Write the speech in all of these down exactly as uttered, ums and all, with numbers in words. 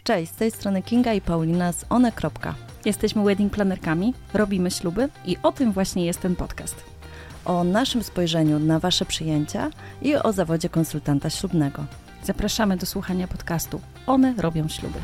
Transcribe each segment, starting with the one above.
Cześć, z tej strony Kinga i Paulina z one. Jesteśmy wedding planerkami, robimy śluby i o tym właśnie jest ten podcast. O naszym spojrzeniu na Wasze przyjęcia i o zawodzie konsultanta ślubnego. Zapraszamy do słuchania podcastu One robią śluby.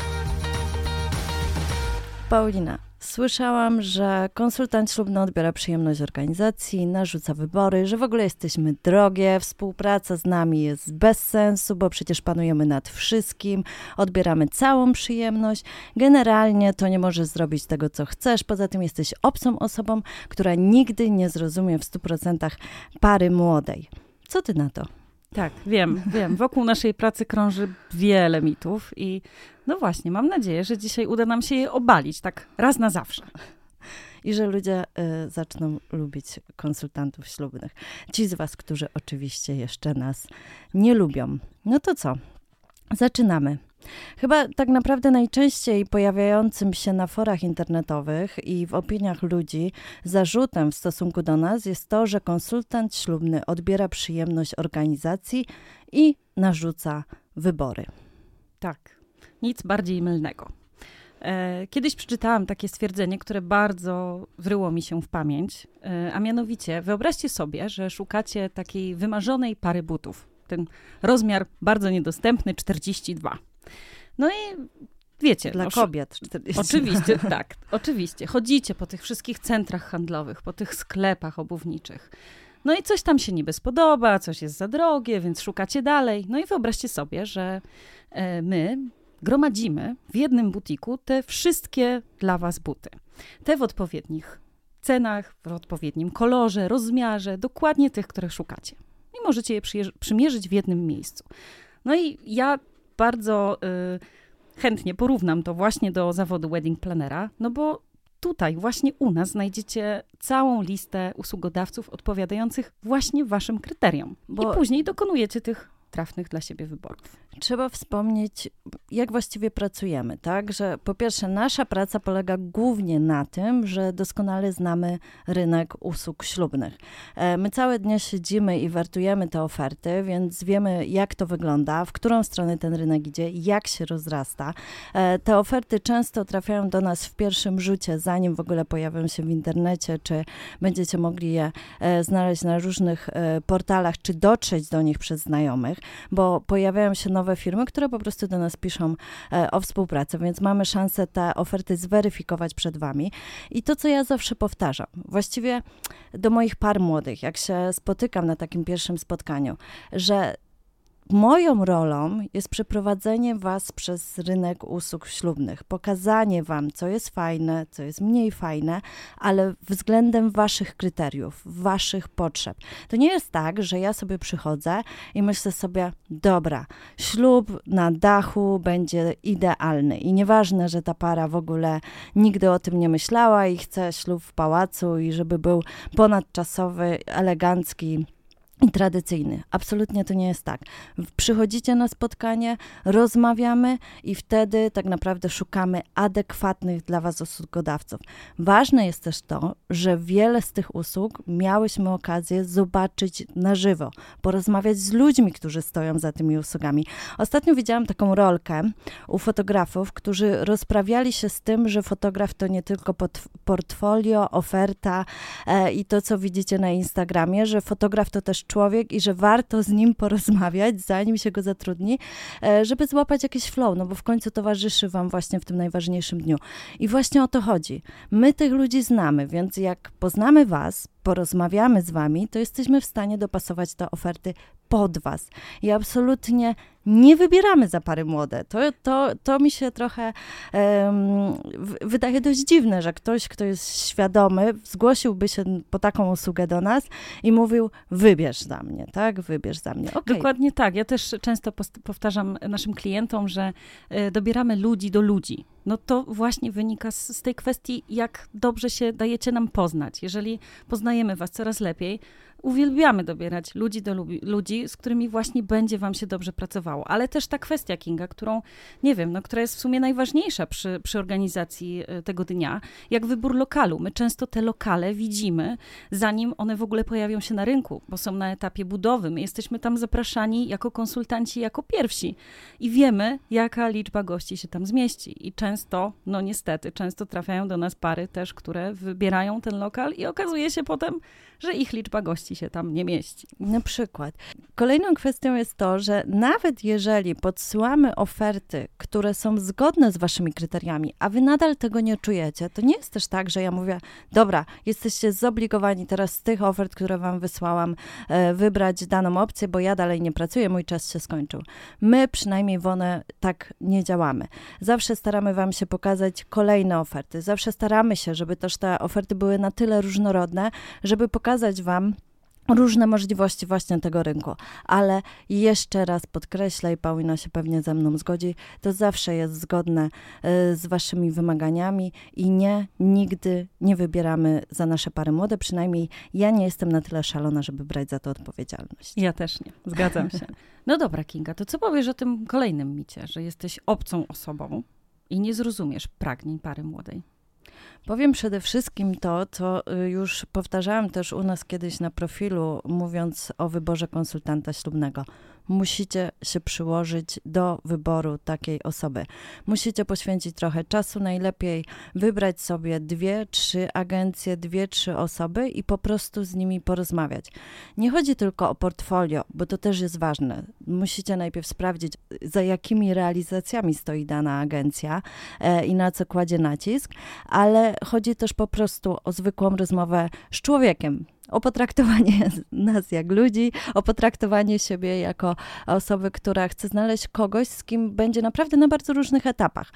Paulina, słyszałam, że konsultant ślubny odbiera przyjemność organizacji, narzuca wybory, że w ogóle jesteśmy drogie, współpraca z nami jest bez sensu, bo przecież panujemy nad wszystkim, odbieramy całą przyjemność, generalnie to nie możesz zrobić tego, co chcesz, poza tym jesteś obcą osobą, która nigdy nie zrozumie w stu procentach pary młodej. Co ty na to? Tak, wiem, wiem. Wokół naszej pracy krąży wiele mitów i no właśnie, mam nadzieję, że dzisiaj uda nam się je obalić tak raz na zawsze. I że ludzie y, zaczną lubić konsultantów ślubnych. Ci z was, którzy oczywiście jeszcze nas nie lubią. No to co? Zaczynamy. Chyba tak naprawdę najczęściej pojawiającym się na forach internetowych i w opiniach ludzi zarzutem w stosunku do nas jest to, że konsultant ślubny odbiera przyjemność organizacji i narzuca wybory. Tak, nic bardziej mylnego. Kiedyś przeczytałam takie stwierdzenie, które bardzo wryło mi się w pamięć, a mianowicie wyobraźcie sobie, że szukacie takiej wymarzonej pary butów. Ten rozmiar bardzo niedostępny, czterdzieści dwa. No i wiecie. Dla no, kobiet czterdzieści dwa. Oczywiście, tak, oczywiście. Chodzicie po tych wszystkich centrach handlowych, po tych sklepach obuwniczych. No i coś tam się niby spodoba, coś jest za drogie, więc szukacie dalej. No i wyobraźcie sobie, że e, my gromadzimy w jednym butiku te wszystkie dla was buty. Te w odpowiednich cenach, w odpowiednim kolorze, rozmiarze, dokładnie tych, których szukacie. I możecie je przyjeż- przymierzyć w jednym miejscu. No i ja bardzo y, chętnie porównam to właśnie do zawodu wedding planera, no bo tutaj właśnie u nas znajdziecie całą listę usługodawców odpowiadających właśnie waszym kryteriom. Bo... I później dokonujecie tych trafnych dla siebie wyborów. Trzeba wspomnieć, jak właściwie pracujemy, tak? Że po pierwsze nasza praca polega głównie na tym, że doskonale znamy rynek usług ślubnych. My całe dnie siedzimy i wertujemy te oferty, więc wiemy, jak to wygląda, w którą stronę ten rynek idzie, jak się rozrasta. Te oferty często trafiają do nas w pierwszym rzucie, zanim w ogóle pojawią się w internecie, czy będziecie mogli je znaleźć na różnych portalach, czy dotrzeć do nich przez znajomych, bo pojawiają się nowe firmy, które po prostu do nas piszą e, o współpracy, więc mamy szansę te oferty zweryfikować przed wami. I to, co ja zawsze powtarzam, właściwie do moich par młodych, jak się spotykam na takim pierwszym spotkaniu, że moją rolą jest przeprowadzenie was przez rynek usług ślubnych, pokazanie wam, co jest fajne, co jest mniej fajne, ale względem waszych kryteriów, waszych potrzeb. To nie jest tak, że ja sobie przychodzę i myślę sobie, dobra, ślub na dachu będzie idealny i nieważne, że ta para w ogóle nigdy o tym nie myślała i chce ślub w pałacu i żeby był ponadczasowy, elegancki i tradycyjny. Absolutnie to nie jest tak. Przychodzicie na spotkanie, rozmawiamy i wtedy tak naprawdę szukamy adekwatnych dla was usługodawców. Ważne jest też to, że wiele z tych usług miałyśmy okazję zobaczyć na żywo, porozmawiać z ludźmi, którzy stoją za tymi usługami. Ostatnio widziałam taką rolkę u fotografów, którzy rozprawiali się z tym, że fotograf to nie tylko portfolio, oferta e, i to, co widzicie na Instagramie, że fotograf to też człowiek i że warto z nim porozmawiać, zanim się go zatrudni, żeby złapać jakiś flow, no bo w końcu towarzyszy wam właśnie w tym najważniejszym dniu. I właśnie o to chodzi. My tych ludzi znamy, więc jak poznamy was, porozmawiamy z wami, to jesteśmy w stanie dopasować te oferty pod was. I absolutnie nie wybieramy za pary młode. To, to, to mi się trochę um, wydaje dość dziwne, że ktoś, kto jest świadomy, zgłosiłby się po taką usługę do nas i mówił, wybierz za mnie, tak? Wybierz za mnie. Okay. Dokładnie tak. Ja też często powtarzam naszym klientom, że dobieramy ludzi do ludzi. No to właśnie wynika z, z tej kwestii, jak dobrze się dajecie nam poznać. Jeżeli poznajemy was coraz lepiej, uwielbiamy dobierać ludzi, do lubi, ludzi, z którymi właśnie będzie wam się dobrze pracowało. Ale też ta kwestia, Kinga, którą, nie wiem, no, która jest w sumie najważniejsza przy, przy organizacji tego dnia, jak wybór lokalu. My często te lokale widzimy, zanim one w ogóle pojawią się na rynku, bo są na etapie budowy. My jesteśmy tam zapraszani jako konsultanci, jako pierwsi i wiemy, jaka liczba gości się tam zmieści. I często, no niestety, często trafiają do nas pary też, które wybierają ten lokal i okazuje się potem, że ich liczba gości się tam nie mieści. Na przykład. Kolejną kwestią jest to, że nawet jeżeli podsyłamy oferty, które są zgodne z waszymi kryteriami, a wy nadal tego nie czujecie, to nie jest też tak, że ja mówię, dobra, jesteście zobligowani teraz z tych ofert, które wam wysłałam, e, wybrać daną opcję, bo ja dalej nie pracuję, mój czas się skończył. My przynajmniej w One tak nie działamy. Zawsze staramy wam się pokazać kolejne oferty. Zawsze staramy się, żeby też te oferty były na tyle różnorodne, żeby pokazać wam różne możliwości właśnie tego rynku. Ale jeszcze raz podkreślę, i Paulina się pewnie ze mną zgodzi, to zawsze jest zgodne y, z waszymi wymaganiami i nie, nigdy nie wybieramy za nasze pary młode. Przynajmniej ja nie jestem na tyle szalona, żeby brać za to odpowiedzialność. Ja też nie. Zgadzam się. No dobra, Kinga, to co powiesz o tym kolejnym micie, że jesteś obcą osobą i nie zrozumiesz pragnień pary młodej? Powiem przede wszystkim to, co już powtarzałam też u nas kiedyś na profilu, mówiąc o wyborze konsultanta ślubnego. Musicie się przyłożyć do wyboru takiej osoby. Musicie poświęcić trochę czasu, najlepiej wybrać sobie dwie, trzy agencje, dwie, trzy osoby i po prostu z nimi porozmawiać. Nie chodzi tylko o portfolio, bo to też jest ważne. Musicie najpierw sprawdzić, za jakimi realizacjami stoi dana agencja e, i na co kładzie nacisk, ale chodzi też po prostu o zwykłą rozmowę z człowiekiem, o potraktowanie nas jak ludzi, o potraktowanie siebie jako osoby, która chce znaleźć kogoś, z kim będzie naprawdę na bardzo różnych etapach.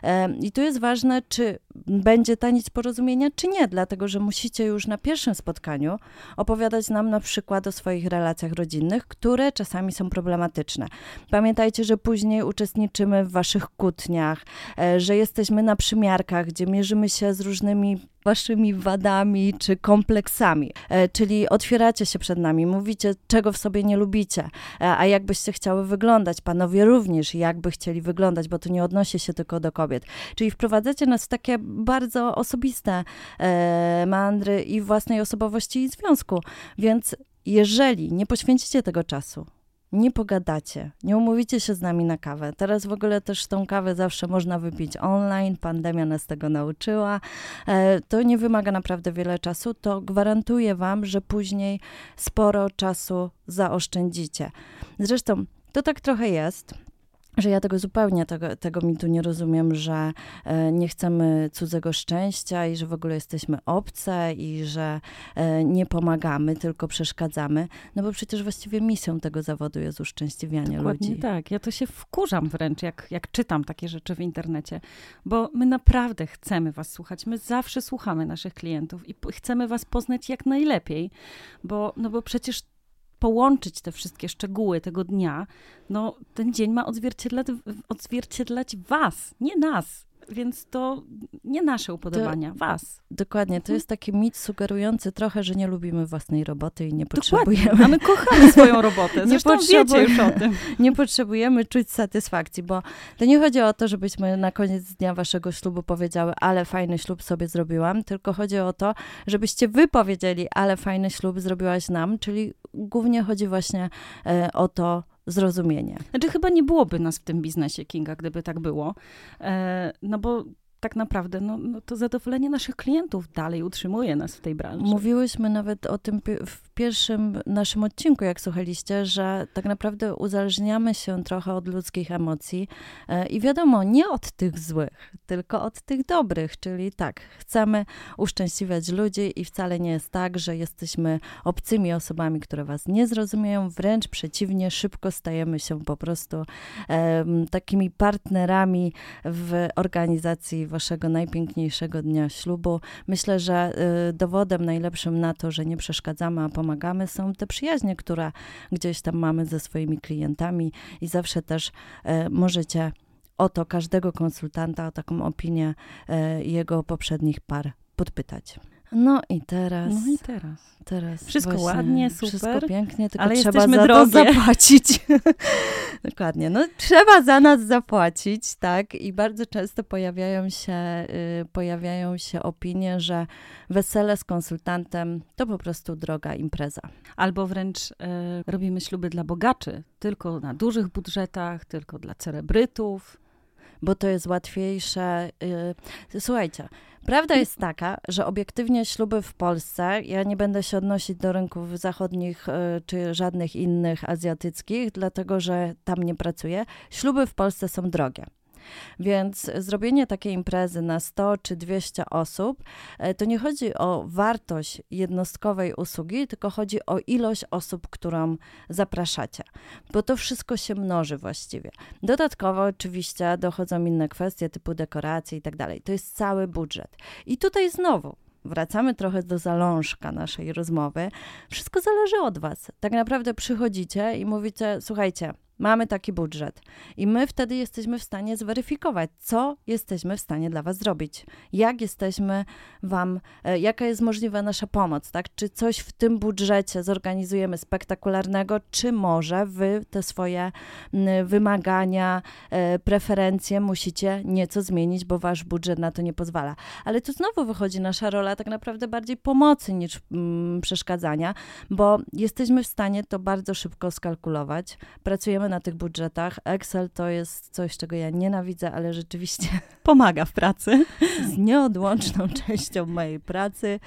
I tu jest ważne, czy będzie ta nić porozumienia, czy nie, dlatego że musicie już na pierwszym spotkaniu opowiadać nam na przykład o swoich relacjach rodzinnych, które czasami są problematyczne. Pamiętajcie, że później uczestniczymy w waszych kłótniach, że jesteśmy na przymiarkach, gdzie mierzymy się z różnymi waszymi wadami czy kompleksami, e, czyli otwieracie się przed nami, mówicie, czego w sobie nie lubicie, e, a jak byście chciały wyglądać, panowie również jakby chcieli wyglądać, bo to nie odnosi się tylko do kobiet. Czyli wprowadzacie nas w takie bardzo osobiste e, meandry i własnej osobowości i związku, więc jeżeli nie poświęcicie tego czasu, nie pogadacie, nie umówicie się z nami na kawę. Teraz w ogóle też tą kawę zawsze można wypić online, pandemia nas tego nauczyła. E, to nie wymaga naprawdę wiele czasu, to gwarantuję wam, że później sporo czasu zaoszczędzicie. Zresztą to tak trochę jest, że ja tego zupełnie, tego, tego mitu nie rozumiem, że e, nie chcemy cudzego szczęścia i że w ogóle jesteśmy obce i że e, nie pomagamy, tylko przeszkadzamy, no bo przecież właściwie misją tego zawodu jest uszczęśliwianie Dokładnie ludzi. tak. Ja to się wkurzam wręcz, jak, jak czytam takie rzeczy w internecie, bo my naprawdę chcemy was słuchać. My zawsze słuchamy naszych klientów i p- chcemy was poznać jak najlepiej, bo, no bo przecież połączyć te wszystkie szczegóły tego dnia, no ten dzień ma odzwierciedlać, odzwierciedlać was, nie nas. Więc to nie nasze upodobania, to, was. Dokładnie, to jest taki mit sugerujący trochę, że nie lubimy własnej roboty i nie potrzebujemy... Dokładnie, a my kochamy swoją robotę, zresztą nie wiecie już o tym. Nie potrzebujemy czuć satysfakcji, bo to nie chodzi o to, żebyśmy na koniec dnia waszego ślubu powiedziały, ale fajny ślub sobie zrobiłam, tylko chodzi o to, żebyście wy powiedzieli, ale fajny ślub zrobiłaś nam, czyli głównie chodzi właśnie e, o to, zrozumienie. Znaczy chyba nie byłoby nas w tym biznesie, Kinga, gdyby tak było, e, no bo tak naprawdę no, no to zadowolenie naszych klientów dalej utrzymuje nas w tej branży. Mówiłyśmy nawet o tym w pierwszym naszym odcinku, jak słuchaliście, że tak naprawdę uzależniamy się trochę od ludzkich emocji e, i wiadomo, nie od tych złych, tylko od tych dobrych, czyli tak, chcemy uszczęśliwiać ludzi i wcale nie jest tak, że jesteśmy obcymi osobami, które was nie zrozumieją, wręcz przeciwnie, szybko stajemy się po prostu e, takimi partnerami w organizacji waszego najpiękniejszego dnia ślubu. Myślę, że y, dowodem najlepszym na to, że nie przeszkadzamy, a pomagamy, są te przyjaźnie, które gdzieś tam mamy ze swoimi klientami i zawsze też y, możecie o to każdego konsultanta, o taką opinię y, jego poprzednich par podpytać. No i teraz... No i teraz. teraz wszystko ładnie, super. Wszystko pięknie, tylko ale trzeba za drogie. to zapłacić. Dokładnie. No trzeba za nas zapłacić, tak? I bardzo często pojawiają się, y, pojawiają się opinie, że wesele z konsultantem to po prostu droga impreza. Albo wręcz y, robimy śluby dla bogaczy, tylko na dużych budżetach, tylko dla celebrytów. Bo to jest łatwiejsze. Y, słuchajcie, prawda jest taka, że obiektywnie śluby w Polsce, ja nie będę się odnosić do rynków zachodnich y, czy żadnych innych azjatyckich, dlatego że tam nie pracuję, śluby w Polsce są drogie. Więc zrobienie takiej imprezy na sto czy dwieście osób, to nie chodzi o wartość jednostkowej usługi, tylko chodzi o ilość osób, którą zapraszacie, bo to wszystko się mnoży właściwie. Dodatkowo oczywiście dochodzą inne kwestie typu dekoracje i tak dalej. To jest cały budżet. I tutaj znowu wracamy trochę do zalążka naszej rozmowy. Wszystko zależy od was. Tak naprawdę przychodzicie i mówicie, słuchajcie, mamy taki budżet i my wtedy jesteśmy w stanie zweryfikować, co jesteśmy w stanie dla was zrobić. Jak jesteśmy wam, e, jaka jest możliwa nasza pomoc, tak? Czy coś w tym budżecie zorganizujemy spektakularnego, czy może wy te swoje m, wymagania, e, preferencje musicie nieco zmienić, bo wasz budżet na to nie pozwala. Ale tu znowu wychodzi nasza rola tak naprawdę bardziej pomocy niż mm, przeszkadzania, bo jesteśmy w stanie to bardzo szybko skalkulować. Pracujemy na tych budżetach. Excel to jest coś, czego ja nienawidzę, ale rzeczywiście pomaga w pracy. Z nieodłączną częścią mojej pracy.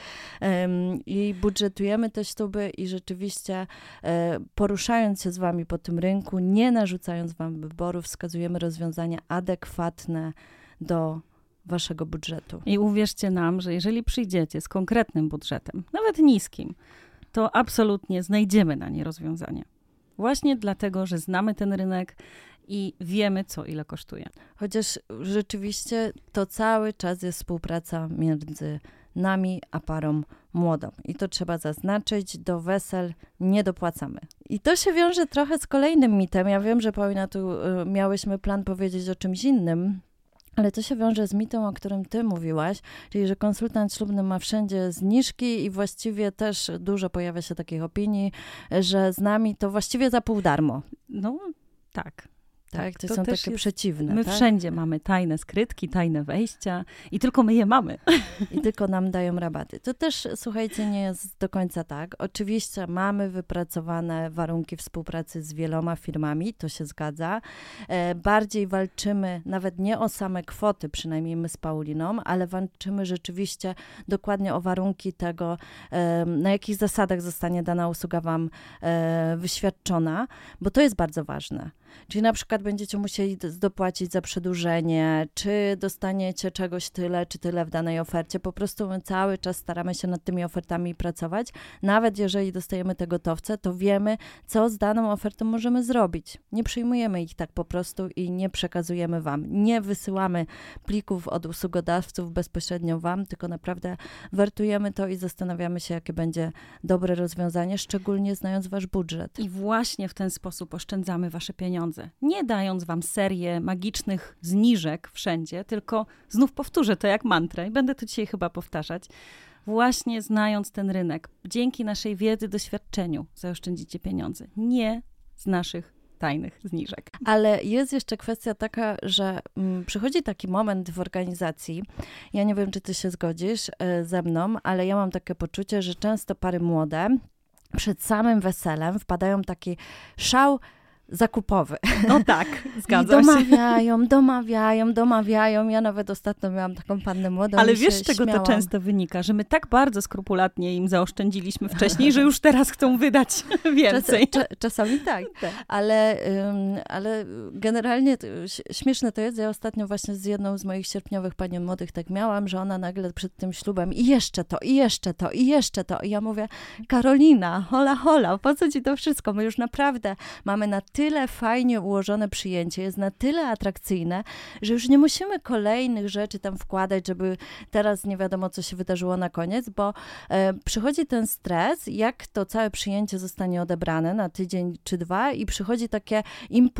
Um, I budżetujemy te śluby i rzeczywiście e, poruszając się z wami po tym rynku, nie narzucając wam wyborów, wskazujemy rozwiązania adekwatne do waszego budżetu. I uwierzcie nam, że jeżeli przyjdziecie z konkretnym budżetem, nawet niskim, to absolutnie znajdziemy na nie rozwiązanie. Właśnie dlatego, że znamy ten rynek i wiemy, co ile kosztuje. Chociaż rzeczywiście to cały czas jest współpraca między nami a parą młodą. I to trzeba zaznaczyć, do wesel nie dopłacamy. I to się wiąże trochę z kolejnym mitem. Ja wiem, że Paulina, tu y, miałyśmy plan powiedzieć o czymś innym, ale to się wiąże z mitem, o którym ty mówiłaś, czyli że konsultant ślubny ma wszędzie zniżki i właściwie też dużo pojawia się takich opinii, że z nami to właściwie za pół darmo. No tak. Tak, to, to są takie jest, przeciwne. My tak? wszędzie mamy tajne skrytki, tajne wejścia i tylko my je mamy. I tylko nam dają rabaty. To też, słuchajcie, nie jest do końca tak. Oczywiście mamy wypracowane warunki współpracy z wieloma firmami, to się zgadza. E, bardziej walczymy nawet nie o same kwoty, przynajmniej my z Pauliną, ale walczymy rzeczywiście dokładnie o warunki tego, e, na jakich zasadach zostanie dana usługa wam e, wyświadczona, bo to jest bardzo ważne. Czyli na przykład będziecie musieli dopłacić za przedłużenie, czy dostaniecie czegoś tyle, czy tyle w danej ofercie. Po prostu my cały czas staramy się nad tymi ofertami pracować. Nawet jeżeli dostajemy te gotowce, to wiemy, co z daną ofertą możemy zrobić. Nie przyjmujemy ich tak po prostu i nie przekazujemy wam. Nie wysyłamy plików od usługodawców bezpośrednio wam, tylko naprawdę wertujemy to i zastanawiamy się, jakie będzie dobre rozwiązanie, szczególnie znając wasz budżet. I właśnie w ten sposób oszczędzamy wasze pieniądze. Nie dając wam serię magicznych zniżek wszędzie, tylko znów powtórzę to jak mantrę i będę to dzisiaj chyba powtarzać. Właśnie znając ten rynek, dzięki naszej wiedzy, doświadczeniu zaoszczędzicie pieniądze. Nie z naszych tajnych zniżek. Ale jest jeszcze kwestia taka, że mm, przychodzi taki moment w organizacji, ja nie wiem, czy ty się zgodzisz y, ze mną, ale ja mam takie poczucie, że często pary młode przed samym weselem wpadają w taki szał zakupowy. No tak, zgadzam I się. domawiają, domawiają, domawiają. Ja nawet ostatnio miałam taką pannę młodą. Ale i wiesz, się z czego śmiałam. to często wynika? Że my tak bardzo skrupulatnie im zaoszczędziliśmy wcześniej, że już teraz chcą wydać więcej. Czas, cz- czasami tak, tak. Ale, ym, ale generalnie to, śmieszne to jest. Ja ostatnio właśnie z jedną z moich sierpniowych panien młodych tak miałam, że ona nagle przed tym ślubem i jeszcze to, i jeszcze to, i jeszcze to. I ja mówię, Karolina, hola, hola, po co ci to wszystko? My już naprawdę mamy na tyle fajnie ułożone przyjęcie, jest na tyle atrakcyjne, że już nie musimy kolejnych rzeczy tam wkładać, żeby teraz nie wiadomo, co się wydarzyło na koniec, bo e, przychodzi ten stres, jak to całe przyjęcie zostanie odebrane na tydzień czy dwa i przychodzi takie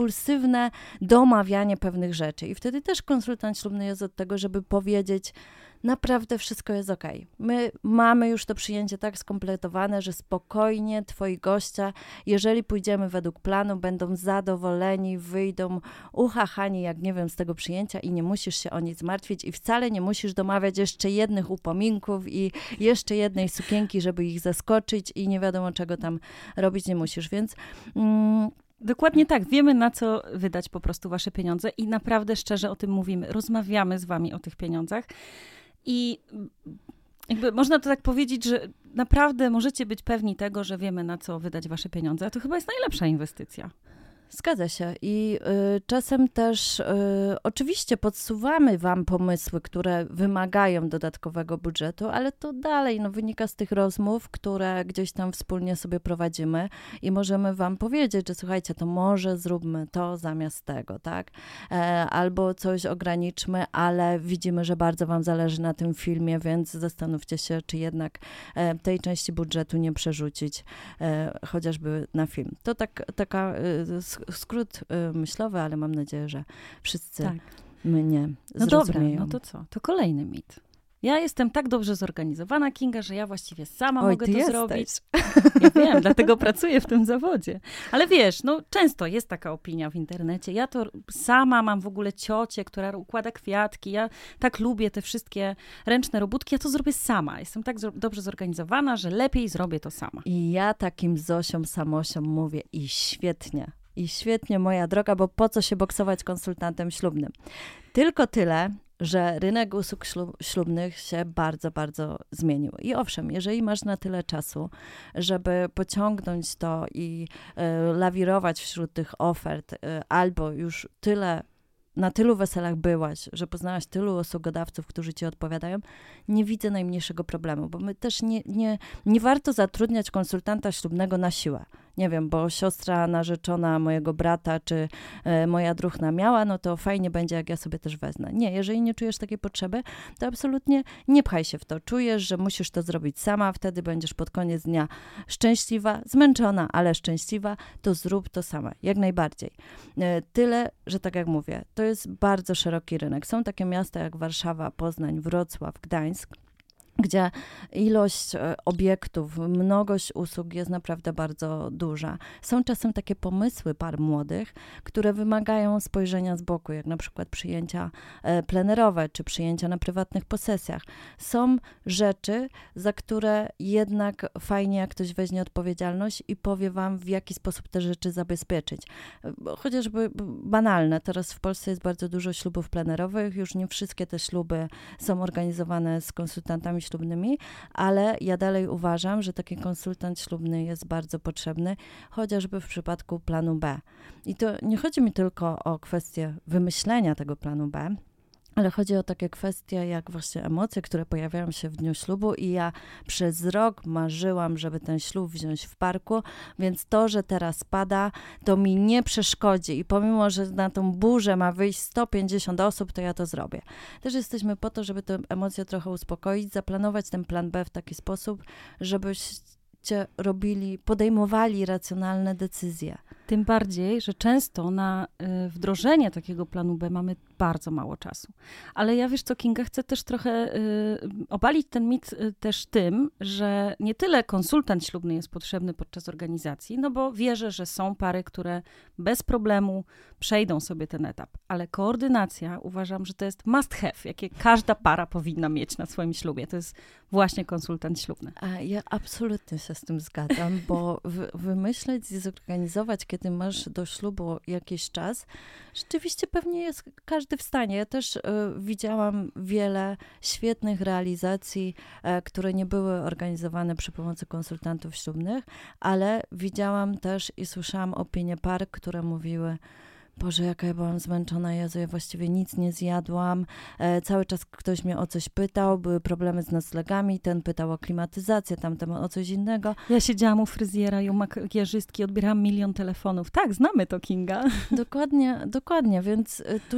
impulsywne domawianie pewnych rzeczy. I wtedy też konsultant ślubny jest od tego, żeby powiedzieć, naprawdę wszystko jest okej. My mamy już to przyjęcie tak skompletowane, że spokojnie twoi goście, jeżeli pójdziemy według planu, będą zadowoleni, wyjdą uchachani, jak nie wiem, z tego przyjęcia i nie musisz się o nic martwić i wcale nie musisz domawiać jeszcze jednych upominków i jeszcze jednej sukienki, żeby ich zaskoczyć i nie wiadomo czego tam robić nie musisz, więc... Mm, Dokładnie tak. Wiemy, na co wydać po prostu wasze pieniądze i naprawdę szczerze o tym mówimy. Rozmawiamy z wami o tych pieniądzach i jakby można to tak powiedzieć, że naprawdę możecie być pewni tego, że wiemy, na co wydać wasze pieniądze, a to chyba jest najlepsza inwestycja. Zgadza się i y, czasem też y, oczywiście podsuwamy wam pomysły, które wymagają dodatkowego budżetu, ale to dalej no, wynika z tych rozmów, które gdzieś tam wspólnie sobie prowadzimy i możemy wam powiedzieć, że słuchajcie, to może zróbmy to zamiast tego, tak? E, albo coś ograniczmy, ale widzimy, że bardzo wam zależy na tym filmie, więc zastanówcie się, czy jednak e, tej części budżetu nie przerzucić e, chociażby na film. To tak, taka y, skrót y, myślowy, ale mam nadzieję, że wszyscy tak. mnie no zrozumieją. Dobra, no to co? To kolejny mit. Ja jestem tak dobrze zorganizowana, Kinga, że ja właściwie sama Oj, mogę ty to jesteś. zrobić. Ja wiem, dlatego pracuję w tym zawodzie. Ale wiesz, no często jest taka opinia w internecie. Ja to sama mam w ogóle ciocię, która układa kwiatki. Ja tak lubię te wszystkie ręczne robótki. Ja to zrobię sama. Jestem tak zo- dobrze zorganizowana, że lepiej zrobię to sama. I ja takim Zosiom, Samosiom mówię i świetnie. I świetnie, moja droga, bo po co się boksować konsultantem ślubnym? Tylko tyle, że rynek usług ślub, ślubnych się bardzo, bardzo zmienił. I owszem, jeżeli masz na tyle czasu, żeby pociągnąć to i y, lawirować wśród tych ofert, y, albo już tyle na tylu weselach byłaś, że poznałaś tylu usługodawców, którzy ci odpowiadają, nie widzę najmniejszego problemu, bo my też nie, nie, nie warto zatrudniać konsultanta ślubnego na siłę. Nie wiem, bo siostra narzeczona mojego brata, czy e, moja druhna miała, no to fajnie będzie, jak ja sobie też wezmę. Nie, jeżeli nie czujesz takiej potrzeby, to absolutnie nie pchaj się w to. Czujesz, że musisz to zrobić sama, wtedy będziesz pod koniec dnia szczęśliwa, zmęczona, ale szczęśliwa, to zrób to sama, jak najbardziej. E, tyle, że tak jak mówię, to jest bardzo szeroki rynek. Są takie miasta jak Warszawa, Poznań, Wrocław, Gdańsk, gdzie ilość obiektów, mnogość usług jest naprawdę bardzo duża. Są czasem takie pomysły par młodych, które wymagają spojrzenia z boku, jak na przykład przyjęcia plenerowe, czy przyjęcia na prywatnych posesjach. Są rzeczy, za które jednak fajnie, jak ktoś weźmie odpowiedzialność i powie wam, w jaki sposób te rzeczy zabezpieczyć. Chociażby banalne, teraz w Polsce jest bardzo dużo ślubów plenerowych, już nie wszystkie te śluby są organizowane z konsultantami ślubnymi, ale ja dalej uważam, że taki konsultant ślubny jest bardzo potrzebny, chociażby w przypadku planu B. I to nie chodzi mi tylko o kwestię wymyślenia tego planu B, ale chodzi o takie kwestie jak właśnie emocje, które pojawiają się w dniu ślubu i ja przez rok marzyłam, żeby ten ślub wziąć w parku, więc to, że teraz pada, to mi nie przeszkodzi i pomimo, że na tą burzę ma wyjść sto pięćdziesiąt osób, to ja to zrobię. Też jesteśmy po to, żeby te emocje trochę uspokoić, zaplanować ten plan B w taki sposób, żebyście robili, podejmowali racjonalne decyzje. Tym bardziej, że często na y, wdrożenie takiego planu B mamy bardzo mało czasu. Ale ja, wiesz co, Kinga, chcę też trochę y, obalić ten mit y, też tym, że nie tyle konsultant ślubny jest potrzebny podczas organizacji, no bo wierzę, że są pary, które bez problemu przejdą sobie ten etap. Ale koordynacja, uważam, że to jest must have, jakie każda para powinna mieć na swoim ślubie. To jest właśnie konsultant ślubny. A ja absolutnie się z tym zgadzam, bo wy, wymyśleć i zorganizować, kiedy masz do ślubu jakiś czas, rzeczywiście pewnie jest każdy w stanie. Ja też y, widziałam wiele świetnych realizacji, y, które nie były organizowane przy pomocy konsultantów ślubnych, ale widziałam też i słyszałam opinie par, które mówiły: Boże, jaka ja byłam zmęczona, Jezu, ja właściwie nic nie zjadłam, e, cały czas ktoś mnie o coś pytał, były problemy z noclegami, ten pytał o klimatyzację, tamten o coś innego. Ja siedziałam u fryzjera i u makijażystki, odbierałam milion telefonów. Tak, znamy to, Kinga. Dokładnie, dokładnie, więc tu,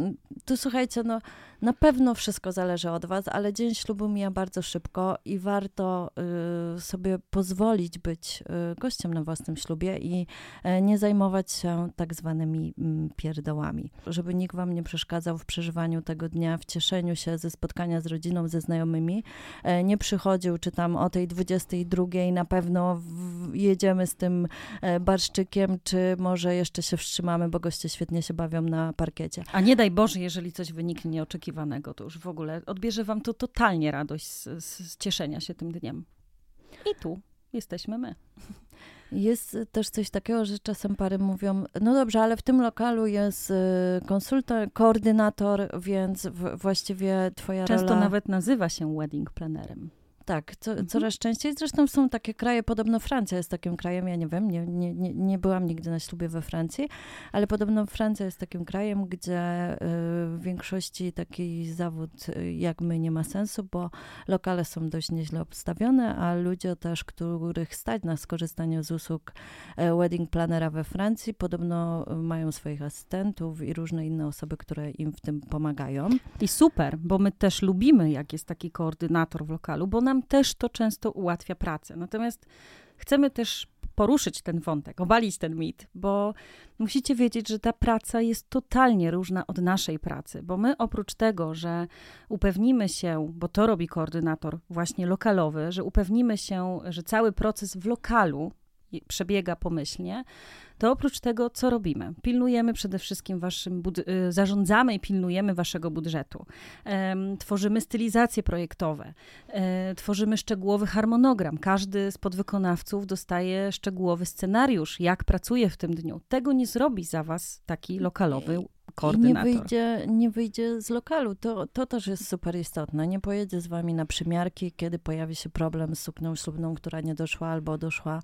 tu słuchajcie, no na pewno wszystko zależy od was, ale dzień ślubu mija bardzo szybko i warto y, sobie pozwolić być y, gościem na własnym ślubie i y, nie zajmować się tak zwanymi mm, pierdołami. Żeby nikt wam nie przeszkadzał w przeżywaniu tego dnia, w cieszeniu się ze spotkania z rodziną, ze znajomymi. E, nie przychodził, czy tam o tej dwudziestej drugiej na pewno w, jedziemy z tym e, barszczykiem, czy może jeszcze się wstrzymamy, bo goście świetnie się bawią na parkiecie. A nie daj Boże, jeżeli coś wyniknie nieoczekiwanego, to już w ogóle odbierze wam to totalnie radość z, z, z cieszenia się tym dniem. I tu jesteśmy my. Jest też coś takiego, że czasem pary mówią, no dobrze, ale w tym lokalu jest konsultant, koordynator, więc w, właściwie twoja Często rola... nawet nazywa się wedding planerem. Tak, co, Mhm. coraz częściej. Zresztą są takie kraje, podobno Francja jest takim krajem, ja nie wiem, nie, nie, nie, nie byłam nigdy na ślubie we Francji, ale podobno Francja jest takim krajem, gdzie y, w większości taki zawód y, jak my nie ma sensu, bo lokale są dość nieźle obstawione, a ludzie też, których stać na skorzystanie z usług y, wedding planera we Francji, podobno y, mają swoich asystentów i różne inne osoby, które im w tym pomagają. I super, bo my też lubimy, jak jest taki koordynator w lokalu, bo nam też to często ułatwia pracę. Natomiast chcemy też poruszyć ten wątek, obalić ten mit, bo musicie wiedzieć, że ta praca jest totalnie różna od naszej pracy, bo my oprócz tego, że upewnimy się, bo to robi koordynator właśnie lokalowy, że upewnimy się, że cały proces w lokalu przebiega pomyślnie, to oprócz tego, co robimy? Pilnujemy przede wszystkim waszym, bud- zarządzamy i pilnujemy waszego budżetu. Um, tworzymy stylizacje projektowe, um, tworzymy szczegółowy harmonogram. Każdy z podwykonawców dostaje szczegółowy scenariusz, jak pracuje w tym dniu. Tego nie zrobi za was taki lokalowy koordynator. I nie wyjdzie, nie wyjdzie z lokalu. To, to też jest super istotne. Nie pojedzie z wami na przymiarki, kiedy pojawi się problem z suknią ślubną, która nie doszła albo doszła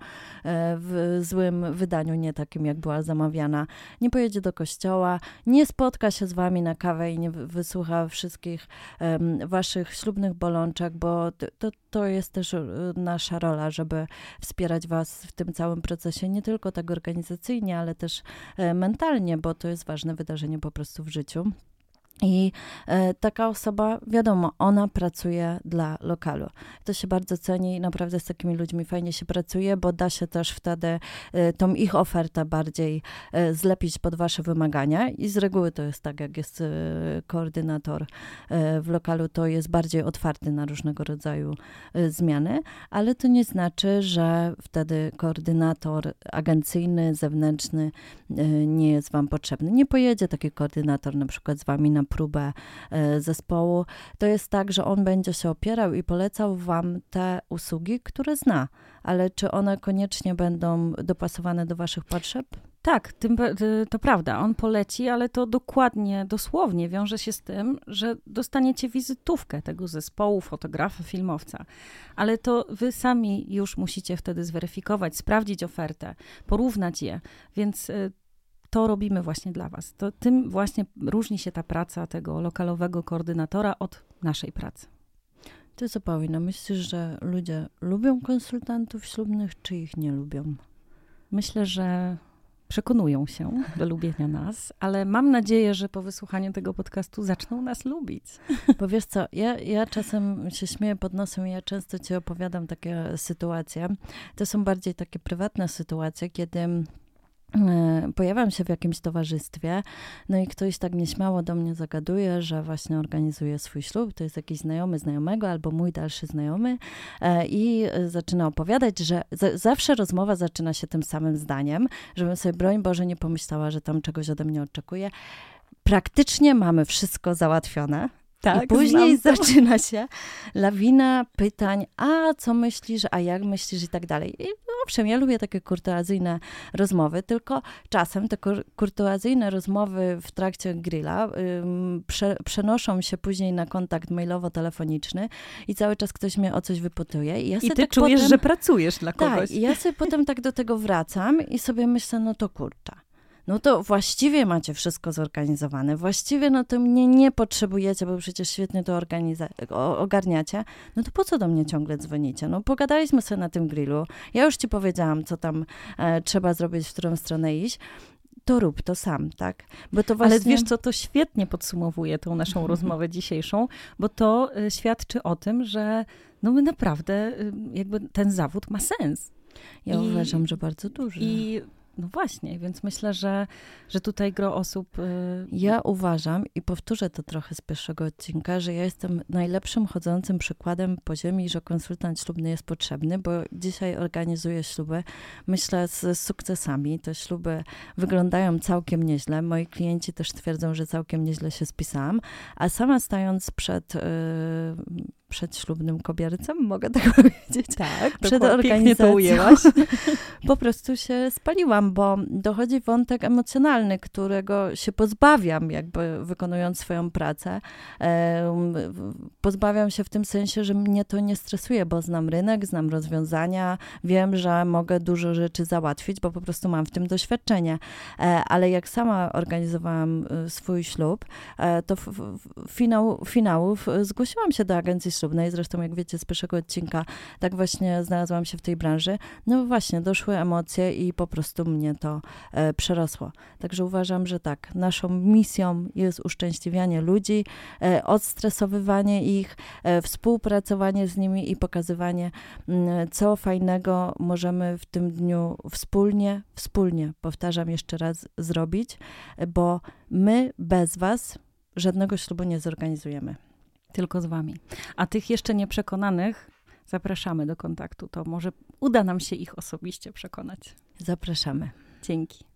w złym wydaniu, nie takim, jak była zamawiana. Nie pojedzie do kościoła, nie spotka się z wami na kawę i nie wysłucha wszystkich um, waszych ślubnych bolączek, bo to, to, to jest też nasza rola, żeby wspierać was w tym całym procesie, nie tylko tak organizacyjnie, ale też e, mentalnie, bo to jest ważne wydarzenie po prostu w życiu. I e, taka osoba, wiadomo, ona pracuje dla lokalu. To się bardzo ceni i naprawdę z takimi ludźmi fajnie się pracuje, bo da się też wtedy e, tą ich ofertę bardziej e, zlepić pod wasze wymagania i z reguły to jest tak, jak jest e, koordynator e, w lokalu, to jest bardziej otwarty na różnego rodzaju e, zmiany, ale to nie znaczy, że wtedy koordynator agencyjny, zewnętrzny e, nie jest wam potrzebny. Nie pojedzie taki koordynator na przykład z wami na próbę zespołu. To jest tak, że on będzie się opierał i polecał wam te usługi, które zna, ale czy one koniecznie będą dopasowane do waszych potrzeb? Tak, tym, to prawda, on poleci, ale to dokładnie, dosłownie wiąże się z tym, że dostaniecie wizytówkę tego zespołu, fotografa, filmowca, ale to wy sami już musicie wtedy zweryfikować, sprawdzić ofertę, porównać je, więc to robimy właśnie dla was. To tym właśnie różni się ta praca tego lokalowego koordynatora od naszej pracy. Ty co, Paulina, myślisz, że ludzie lubią konsultantów ślubnych, czy ich nie lubią? Myślę, że przekonują się do lubienia nas, ale mam nadzieję, że po wysłuchaniu tego podcastu zaczną nas lubić. Bo wiesz co, ja, ja czasem się śmieję pod nosem i ja często ci opowiadam takie sytuacje. To są bardziej takie prywatne sytuacje, kiedy pojawiam się w jakimś towarzystwie, no i ktoś tak nieśmiało do mnie zagaduje, że właśnie organizuje swój ślub, to jest jakiś znajomy znajomego albo mój dalszy znajomy i zaczyna opowiadać, że z- zawsze rozmowa zaczyna się tym samym zdaniem, żebym sobie, broń Boże, nie pomyślała, że tam czegoś ode mnie oczekuje. Praktycznie mamy wszystko załatwione. Tak, I później zaczyna się lawina pytań, a co myślisz, a jak myślisz i tak dalej. I owszem, ja lubię takie kurtuazyjne rozmowy, tylko czasem te kur- kurtuazyjne rozmowy w trakcie grilla ym, prze- przenoszą się później na kontakt mailowo-telefoniczny i cały czas ktoś mnie o coś wypytuje. I, ja I ty tak czujesz, potem, że pracujesz dla kogoś. Tak, i ja sobie potem tak do tego wracam i sobie myślę, no to kurczę. No to właściwie macie wszystko zorganizowane, właściwie no to mnie nie potrzebujecie, bo przecież świetnie to organiza- ogarniacie, no to po co do mnie ciągle dzwonicie? No pogadaliśmy sobie na tym grillu, ja już ci powiedziałam, co tam e, trzeba zrobić, w którą stronę iść, to rób to sam, tak? Bo to właśnie... Ale wiesz co, to świetnie podsumowuje tą naszą rozmowę dzisiejszą, bo to y, świadczy o tym, że no my naprawdę y, jakby ten zawód ma sens. Ja I, uważam, że bardzo duży. I No właśnie, więc myślę, że, że tutaj gro osób... Yy... Ja uważam, i powtórzę to trochę z pierwszego odcinka, że ja jestem najlepszym chodzącym przykładem po ziemi, że konsultant ślubny jest potrzebny, bo dzisiaj organizuję śluby, myślę z sukcesami. Te śluby wyglądają całkiem nieźle. Moi klienci też twierdzą, że całkiem nieźle się spisałam, a sama stając przed... Yy, przed ślubnym kobiercem, mogę tak powiedzieć. Tak, przed organizacją. To ujęłaś. Po prostu się spaliłam, bo dochodzi wątek emocjonalny, którego się pozbawiam, jakby wykonując swoją pracę. Pozbawiam się w tym sensie, że mnie to nie stresuje, bo znam rynek, znam rozwiązania, wiem, że mogę dużo rzeczy załatwić, bo po prostu mam w tym doświadczenie. Ale jak sama organizowałam swój ślub, to w, w, finał, finałów zgłosiłam się do agencji ślubnej, zresztą jak wiecie z pierwszego odcinka, tak właśnie znalazłam się w tej branży. No właśnie, doszły emocje i po prostu mnie to e, przerosło. Także uważam, że tak, naszą misją jest uszczęśliwianie ludzi, e, odstresowywanie ich, e, współpracowanie z nimi i pokazywanie, m, co fajnego możemy w tym dniu wspólnie, wspólnie, powtarzam jeszcze raz, zrobić, bo my bez was żadnego ślubu nie zorganizujemy. Tylko z wami. A tych jeszcze nieprzekonanych zapraszamy do kontaktu. To może uda nam się ich osobiście przekonać. Zapraszamy. Dzięki.